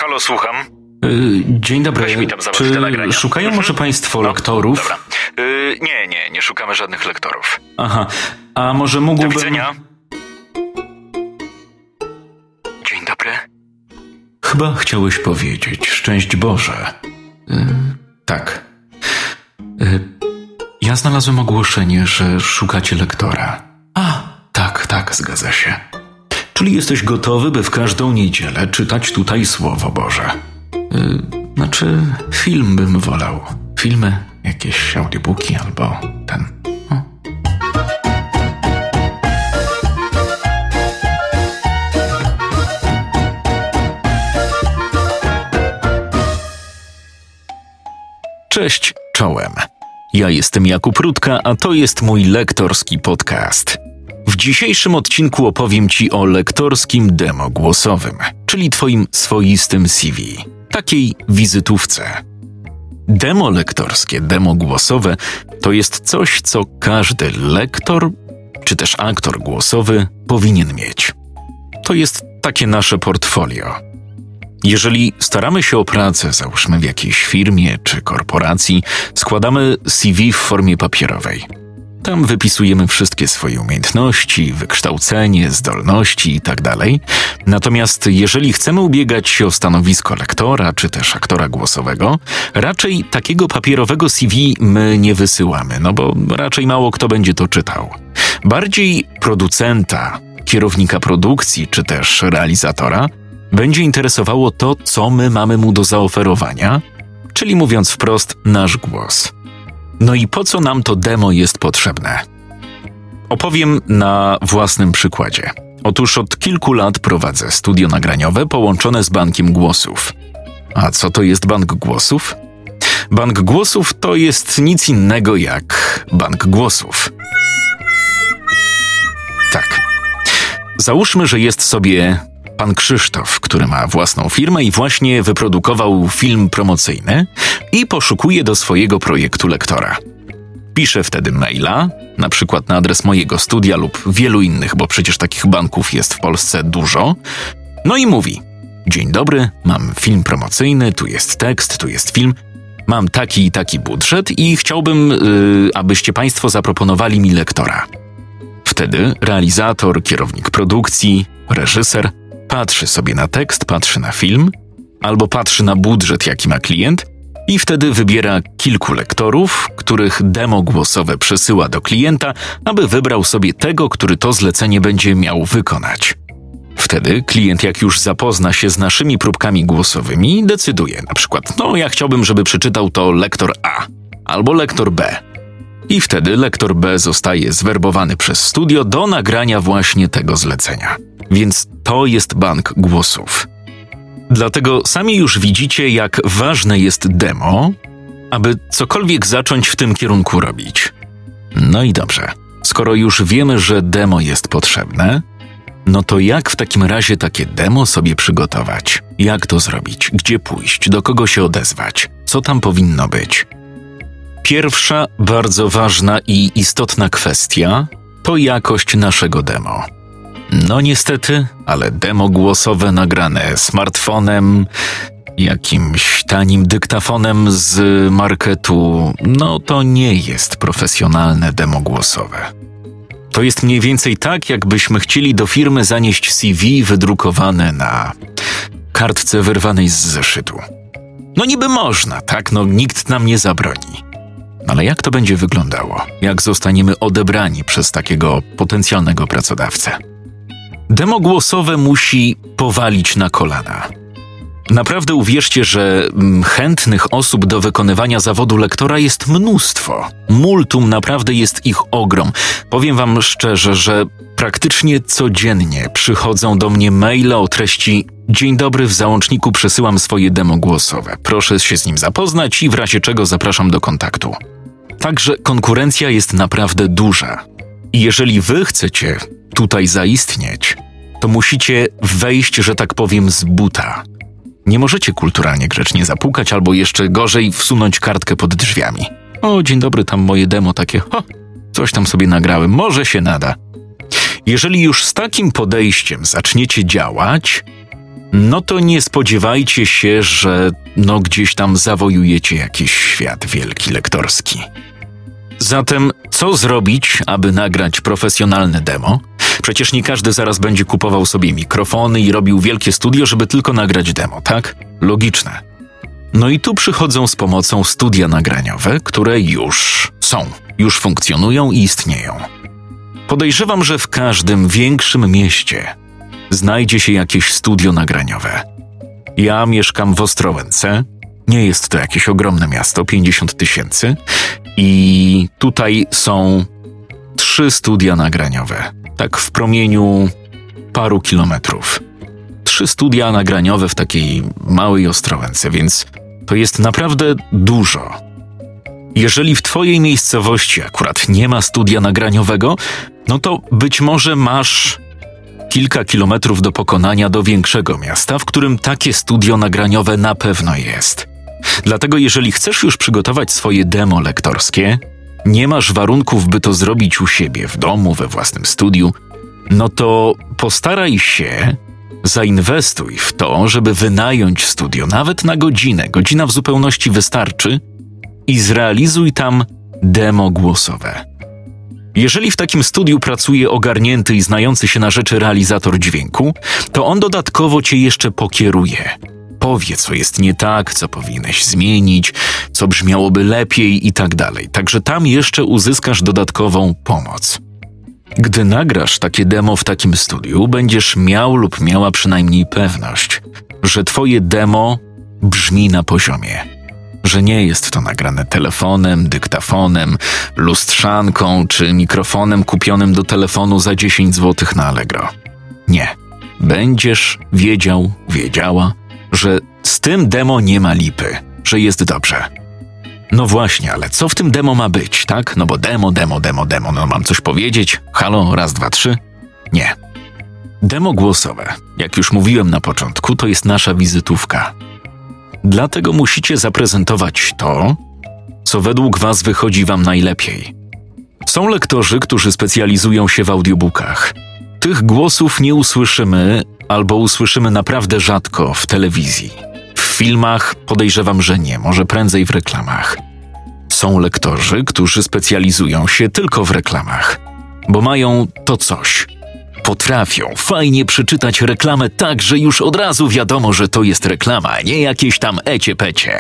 Halo, słucham. Dzień dobry. Weź mi tam załatw te nagrania. Szukają może państwo lektorów? Dobra. Nie szukamy żadnych lektorów. Aha, a może mógłbym... Do widzenia. Dzień dobry. Chyba chciałeś powiedzieć szczęść Boże. Tak. Ja znalazłem ogłoszenie, że szukacie lektora. A, tak, zgadza się. Czyli jesteś gotowy, by w każdą niedzielę czytać tutaj Słowo Boże. Film bym wolał. Filmy, jakieś audiobooki albo ten... Cześć, czołem. Ja jestem Jakub Rutka, a to jest mój lektorski podcast. W dzisiejszym odcinku opowiem Ci o lektorskim demo głosowym, czyli Twoim swoistym CV, takiej wizytówce. Demo lektorskie, demo głosowe to jest coś, co każdy lektor czy też aktor głosowy powinien mieć. To jest takie nasze portfolio. Jeżeli staramy się o pracę, załóżmy w jakiejś firmie czy korporacji, składamy CV w formie papierowej. Tam wypisujemy wszystkie swoje umiejętności, wykształcenie, zdolności itd. Natomiast jeżeli chcemy ubiegać się o stanowisko lektora czy też aktora głosowego, raczej takiego papierowego CV my nie wysyłamy, bo raczej mało kto będzie to czytał. Bardziej producenta, kierownika produkcji czy też realizatora będzie interesowało to, co my mamy mu do zaoferowania, czyli mówiąc wprost, nasz głos. No i po co nam to demo jest potrzebne? Opowiem na własnym przykładzie. Otóż od kilku lat prowadzę studio nagraniowe połączone z bankiem głosów. A co to jest bank głosów? Bank głosów to jest nic innego jak bank głosów. Tak. Załóżmy, że jest sobie pan Krzysztof, który ma własną firmę i właśnie wyprodukował film promocyjny i poszukuje do swojego projektu lektora. Pisze wtedy maila, na przykład na adres mojego studia lub wielu innych, bo przecież takich banków jest w Polsce dużo. No i mówi: dzień dobry, mam film promocyjny, tu jest tekst, tu jest film, mam taki i taki budżet i chciałbym, abyście państwo zaproponowali mi lektora. Wtedy realizator, kierownik produkcji, reżyser patrzy sobie na tekst, patrzy na film, albo patrzy na budżet, jaki ma klient i wtedy wybiera kilku lektorów, których demo głosowe przesyła do klienta, aby wybrał sobie tego, który to zlecenie będzie miał wykonać. Wtedy klient, jak już zapozna się z naszymi próbkami głosowymi, decyduje na przykład, ja chciałbym, żeby przeczytał to lektor A albo lektor B. I wtedy lektor B zostaje zwerbowany przez studio do nagrania właśnie tego zlecenia. Więc to jest bank głosów. Dlatego sami już widzicie, jak ważne jest demo, aby cokolwiek zacząć w tym kierunku robić. No i dobrze, skoro już wiemy, że demo jest potrzebne, no to jak w takim razie takie demo sobie przygotować? Jak to zrobić? Gdzie pójść? Do kogo się odezwać? Co tam powinno być? Pierwsza, bardzo ważna i istotna kwestia to jakość naszego demo. No niestety, ale demo głosowe nagrane smartfonem, jakimś tanim dyktafonem z marketu, to nie jest profesjonalne demo głosowe. To jest mniej więcej tak, jakbyśmy chcieli do firmy zanieść CV wydrukowane na kartce wyrwanej z zeszytu. Niby można, tak? Nikt nam nie zabroni. Ale jak to będzie wyglądało? Jak zostaniemy odebrani przez takiego potencjalnego pracodawcę? Demo głosowe musi powalić na kolana. Naprawdę uwierzcie, że chętnych osób do wykonywania zawodu lektora jest mnóstwo. Multum, naprawdę jest ich ogrom. Powiem wam szczerze, że praktycznie codziennie przychodzą do mnie maile o treści: dzień dobry, w załączniku przesyłam swoje demo głosowe. Proszę się z nim zapoznać i w razie czego zapraszam do kontaktu. Także konkurencja jest naprawdę duża. I jeżeli wy chcecie tutaj zaistnieć, to musicie wejść, że tak powiem, z buta. Nie możecie kulturalnie grzecznie zapukać albo jeszcze gorzej wsunąć kartkę pod drzwiami. O, dzień dobry, tam moje demo takie, coś tam sobie nagrałem, może się nada. Jeżeli już z takim podejściem zaczniecie działać, no to nie spodziewajcie się, że gdzieś tam zawojujecie jakiś świat wielki lektorski. Zatem co zrobić, aby nagrać profesjonalne demo? Przecież nie każdy zaraz będzie kupował sobie mikrofony i robił wielkie studio, żeby tylko nagrać demo, tak? Logiczne. No i tu przychodzą z pomocą studia nagraniowe, które już funkcjonują i istnieją. Podejrzewam, że w każdym większym mieście znajdzie się jakieś studio nagraniowe. Ja mieszkam w Ostrołęce, nie jest to jakieś ogromne miasto, 50 000 i tutaj są 3 studia nagraniowe, tak w promieniu paru kilometrów. 3 studia nagraniowe w takiej małej Ostrołęce, więc to jest naprawdę dużo. Jeżeli w twojej miejscowości akurat nie ma studia nagraniowego, no to być może masz kilka kilometrów do pokonania do większego miasta, w którym takie studio nagraniowe na pewno jest. Dlatego jeżeli chcesz już przygotować swoje demo lektorskie, nie masz warunków, by to zrobić u siebie, w domu, we własnym studiu, no to postaraj się, zainwestuj w to, żeby wynająć studio nawet na godzinę. Godzina w zupełności wystarczy i zrealizuj tam demo głosowe. Jeżeli w takim studiu pracuje ogarnięty i znający się na rzeczy realizator dźwięku, to on dodatkowo cię jeszcze pokieruje. Powie, co jest nie tak, co powinieneś zmienić, co brzmiałoby lepiej i tak dalej. Także tam jeszcze uzyskasz dodatkową pomoc. Gdy nagrasz takie demo w takim studiu, będziesz miał lub miała przynajmniej pewność, że twoje demo brzmi na poziomie. Że nie jest to nagrane telefonem, dyktafonem, lustrzanką czy mikrofonem kupionym do telefonu za 10 zł na Allegro. Nie. Będziesz wiedziała, że z tym demo nie ma lipy, że jest dobrze. No właśnie, ale co w tym demo ma być, tak? No bo demo, no mam coś powiedzieć? Halo, 1, 2, 3? Nie. Demo głosowe, jak już mówiłem na początku, to jest nasza wizytówka. Dlatego musicie zaprezentować to, co według was wychodzi wam najlepiej. Są lektorzy, którzy specjalizują się w audiobookach. Tych głosów nie usłyszymy albo usłyszymy naprawdę rzadko w telewizji. W filmach podejrzewam, że nie, może prędzej w reklamach. Są lektorzy, którzy specjalizują się tylko w reklamach, bo mają to coś. Potrafią fajnie przeczytać reklamę tak, że już od razu wiadomo, że to jest reklama, nie jakieś tam ecie-pecie.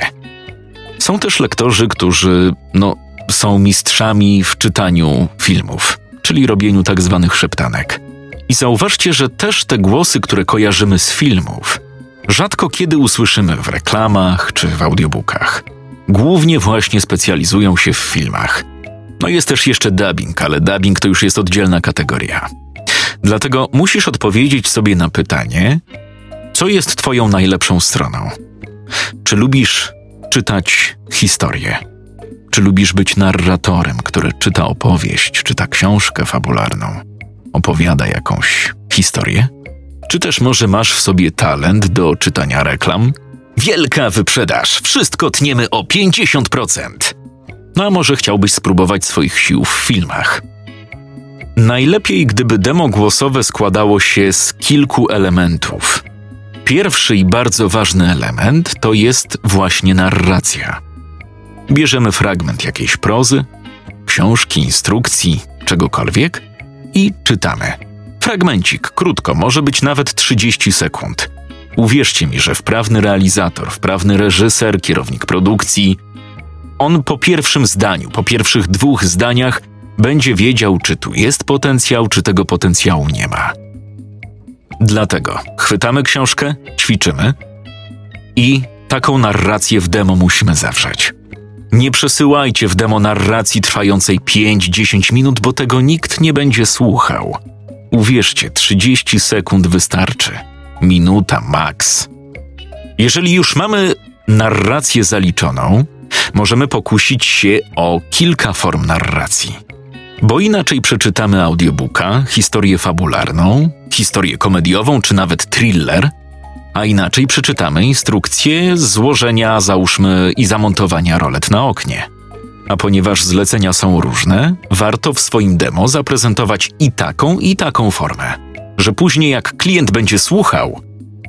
Są też lektorzy, którzy, są mistrzami w czytaniu filmów, czyli robieniu tak zwanych szeptanek. I zauważcie, że też te głosy, które kojarzymy z filmów, rzadko kiedy usłyszymy w reklamach czy w audiobookach. Głównie właśnie specjalizują się w filmach. No jest też jeszcze dubbing, ale dubbing to już jest oddzielna kategoria. Dlatego musisz odpowiedzieć sobie na pytanie, co jest twoją najlepszą stroną? Czy lubisz czytać historię? Czy lubisz być narratorem, który czyta opowieść, czyta książkę fabularną, opowiada jakąś historię? Czy też może masz w sobie talent do czytania reklam? Wielka wyprzedaż, wszystko tniemy o 50%. No a może chciałbyś spróbować swoich sił w filmach? Najlepiej, gdyby demo głosowe składało się z kilku elementów. Pierwszy i bardzo ważny element to jest właśnie narracja. Bierzemy fragment jakiejś prozy, książki, instrukcji, czegokolwiek i czytamy. Fragmencik, krótko, może być nawet 30 sekund. Uwierzcie mi, że wprawny realizator, wprawny reżyser, kierownik produkcji, on po pierwszym zdaniu, po pierwszych 2 zdaniach będzie wiedział, czy tu jest potencjał, czy tego potencjału nie ma. Dlatego chwytamy książkę, ćwiczymy i taką narrację w demo musimy zawrzeć. Nie przesyłajcie w demo narracji trwającej 5-10 minut, bo tego nikt nie będzie słuchał. Uwierzcie, 30 sekund wystarczy. Minuta max. Jeżeli już mamy narrację zaliczoną, możemy pokusić się o kilka form narracji. Bo inaczej przeczytamy audiobooka, historię fabularną, historię komediową czy nawet thriller, a inaczej przeczytamy instrukcję złożenia, załóżmy, i zamontowania rolet na oknie. A ponieważ zlecenia są różne, warto w swoim demo zaprezentować i taką formę, że później jak klient będzie słuchał,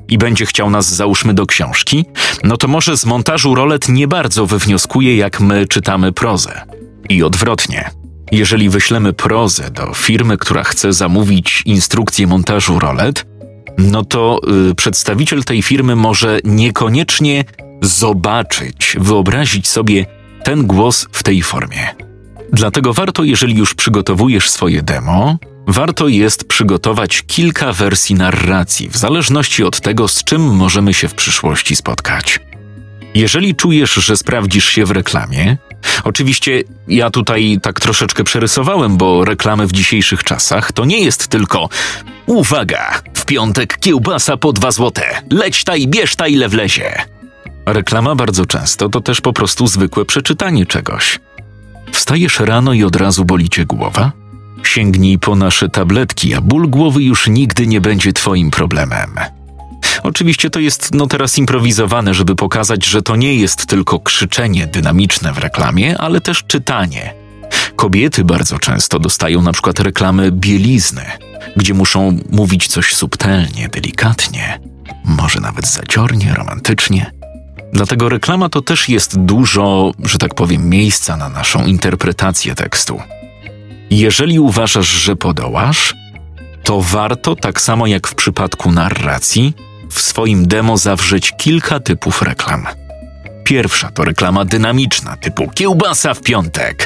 i będzie chciał nas, załóżmy, do książki, no to może z montażu rolet nie bardzo wywnioskuje, jak my czytamy prozę. I odwrotnie. Jeżeli wyślemy prozę do firmy, która chce zamówić instrukcję montażu rolet, no to przedstawiciel tej firmy może niekoniecznie zobaczyć, wyobrazić sobie ten głos w tej formie. Dlatego warto, jeżeli już przygotowujesz swoje demo, warto jest przygotować kilka wersji narracji, w zależności od tego, z czym możemy się w przyszłości spotkać. Jeżeli czujesz, że sprawdzisz się w reklamie, oczywiście ja tutaj tak troszeczkę przerysowałem, bo reklamy w dzisiejszych czasach to nie jest tylko uwaga, w piątek kiełbasa po 2 złote, leć ta i bierz ta ile wlezie. Reklama bardzo często to też po prostu zwykłe przeczytanie czegoś. Wstajesz rano i od razu boli cię głowa? Sięgnij po nasze tabletki, a ból głowy już nigdy nie będzie twoim problemem. Oczywiście to jest teraz improwizowane, żeby pokazać, że to nie jest tylko krzyczenie dynamiczne w reklamie, ale też czytanie. Kobiety bardzo często dostają na przykład reklamy bielizny, gdzie muszą mówić coś subtelnie, delikatnie, może nawet zaciornie, romantycznie. Dlatego reklama to też jest dużo, że tak powiem, miejsca na naszą interpretację tekstu. Jeżeli uważasz, że podołasz, to warto, tak samo jak w przypadku narracji, w swoim demo zawrzeć kilka typów reklam. Pierwsza to reklama dynamiczna, typu kiełbasa w piątek.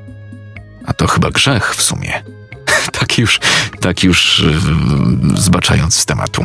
A to chyba grzech w sumie. tak już zbaczając z tematu.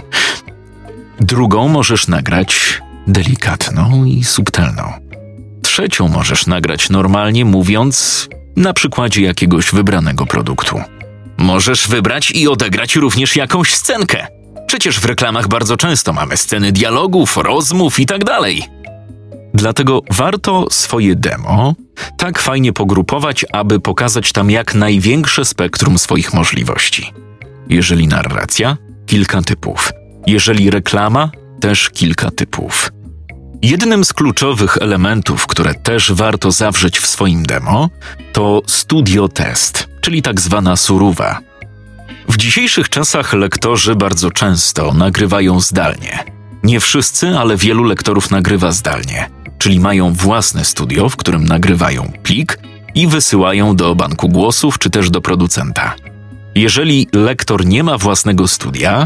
Drugą możesz nagrać delikatną i subtelną. Trzecią możesz nagrać normalnie, mówiąc na przykładzie jakiegoś wybranego produktu. Możesz wybrać i odegrać również jakąś scenkę. Przecież w reklamach bardzo często mamy sceny dialogów, rozmów i tak dalej. Dlatego warto swoje demo tak fajnie pogrupować, aby pokazać tam jak największe spektrum swoich możliwości. Jeżeli narracja, kilka typów. Jeżeli reklama, też kilka typów. Jednym z kluczowych elementów, które też warto zawrzeć w swoim demo, to studio test, czyli tak zwana surówa. W dzisiejszych czasach lektorzy bardzo często nagrywają zdalnie. Nie wszyscy, ale wielu lektorów nagrywa zdalnie, czyli mają własne studio, w którym nagrywają plik i wysyłają do banku głosów czy też do producenta. Jeżeli lektor nie ma własnego studia,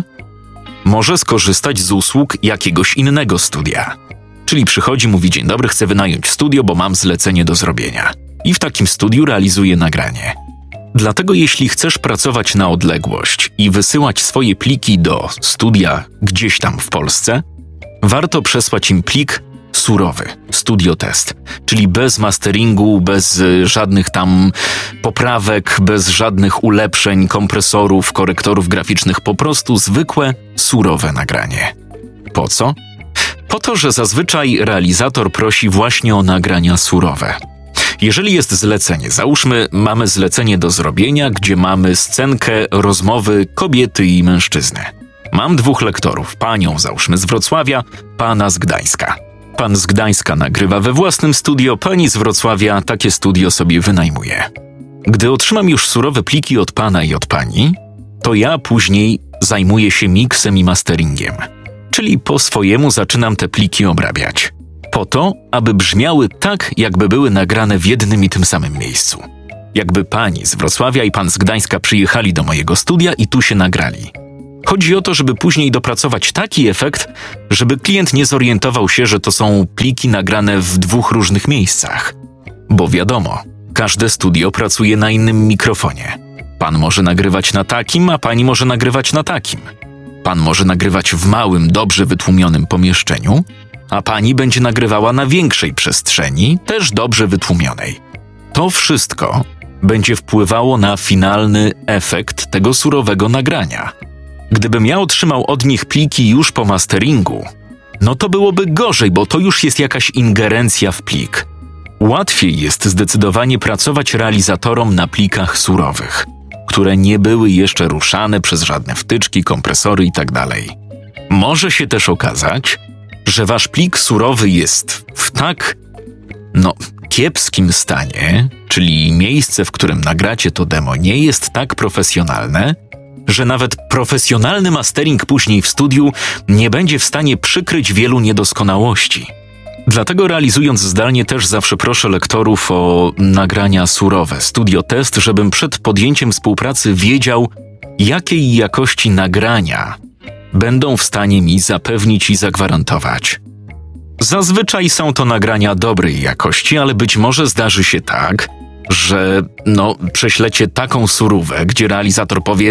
może skorzystać z usług jakiegoś innego studia. Czyli przychodzi, mówi: dzień dobry, chcę wynająć studio, bo mam zlecenie do zrobienia. I w takim studiu realizuje nagranie. Dlatego jeśli chcesz pracować na odległość i wysyłać swoje pliki do studia gdzieś tam w Polsce, warto przesłać im plik surowy, studio test, czyli bez masteringu, bez żadnych tam poprawek, bez żadnych ulepszeń, kompresorów, korektorów graficznych, po prostu zwykłe, surowe nagranie. Po co? Po to, że zazwyczaj realizator prosi właśnie o nagrania surowe. Jeżeli jest zlecenie, załóżmy, mamy zlecenie do zrobienia, gdzie mamy scenkę rozmowy kobiety i mężczyzny. Mam 2 lektorów, panią załóżmy z Wrocławia, pana z Gdańska. Pan z Gdańska nagrywa we własnym studio, pani z Wrocławia takie studio sobie wynajmuje. Gdy otrzymam już surowe pliki od pana i od pani, to ja później zajmuję się miksem i masteringiem. Czyli po swojemu zaczynam te pliki obrabiać. Po to, aby brzmiały tak, jakby były nagrane w jednym i tym samym miejscu. Jakby pani z Wrocławia i pan z Gdańska przyjechali do mojego studia i tu się nagrali. Chodzi o to, żeby później dopracować taki efekt, żeby klient nie zorientował się, że to są pliki nagrane w 2 różnych miejscach. Bo wiadomo, każde studio pracuje na innym mikrofonie. Pan może nagrywać na takim, a pani może nagrywać na takim. Pan może nagrywać w małym, dobrze wytłumionym pomieszczeniu, a pani będzie nagrywała na większej przestrzeni, też dobrze wytłumionej. To wszystko będzie wpływało na finalny efekt tego surowego nagrania. Gdybym ja otrzymał od nich pliki już po masteringu, no to byłoby gorzej, bo to już jest jakaś ingerencja w plik. Łatwiej jest zdecydowanie pracować realizatorom na plikach surowych, które nie były jeszcze ruszane przez żadne wtyczki, kompresory itd. Może się też okazać, że wasz plik surowy jest w tak, kiepskim stanie, czyli miejsce, w którym nagracie to demo, nie jest tak profesjonalne, że nawet profesjonalny mastering później w studiu nie będzie w stanie przykryć wielu niedoskonałości. Dlatego realizując zdalnie też zawsze proszę lektorów o nagrania surowe, studio test, żebym przed podjęciem współpracy wiedział, jakiej jakości nagrania będą w stanie mi zapewnić i zagwarantować. Zazwyczaj są to nagrania dobrej jakości, ale być może zdarzy się tak, że prześlecie taką surówę, gdzie realizator powie: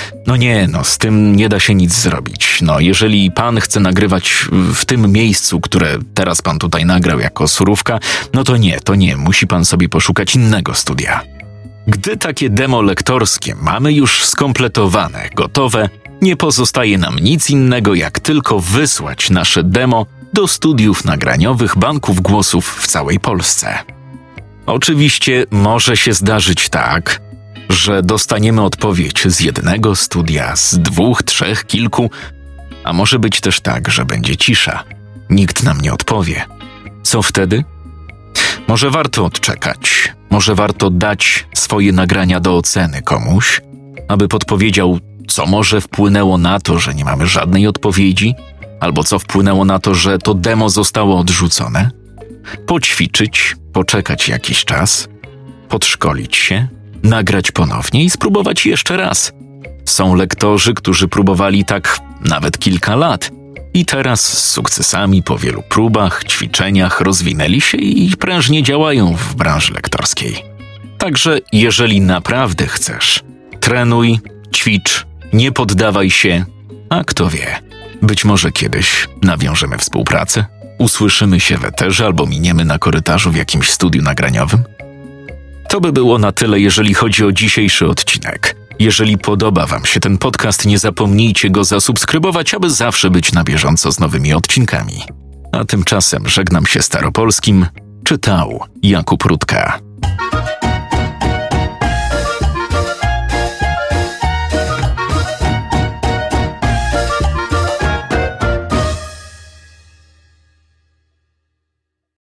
z tym nie da się nic zrobić. Jeżeli pan chce nagrywać w tym miejscu, które teraz pan tutaj nagrał jako surówka, to nie, musi pan sobie poszukać innego studia. Gdy takie demo lektorskie mamy już skompletowane, gotowe, nie pozostaje nam nic innego, jak tylko wysłać nasze demo do studiów nagraniowych banków głosów w całej Polsce. Oczywiście może się zdarzyć tak, że dostaniemy odpowiedź z jednego studia, z 2, 3, kilku, a może być też tak, że będzie cisza. Nikt nam nie odpowie. Co wtedy? Może warto odczekać, może warto dać swoje nagrania do oceny komuś, aby podpowiedział, co może wpłynęło na to, że nie mamy żadnej odpowiedzi, albo co wpłynęło na to, że to demo zostało odrzucone. Poćwiczyć, poczekać jakiś czas, podszkolić się, nagrać ponownie i spróbować jeszcze raz. Są lektorzy, którzy próbowali tak nawet kilka lat i teraz z sukcesami po wielu próbach, ćwiczeniach rozwinęli się i prężnie działają w branży lektorskiej. Także jeżeli naprawdę chcesz, trenuj, ćwicz, nie poddawaj się, a kto wie, być może kiedyś nawiążemy współpracę, usłyszymy się w eterze albo miniemy na korytarzu w jakimś studiu nagraniowym. To by było na tyle, jeżeli chodzi o dzisiejszy odcinek. Jeżeli podoba wam się ten podcast, nie zapomnijcie go zasubskrybować, aby zawsze być na bieżąco z nowymi odcinkami. A tymczasem żegnam się staropolskim. Czytał Jakub Rutka.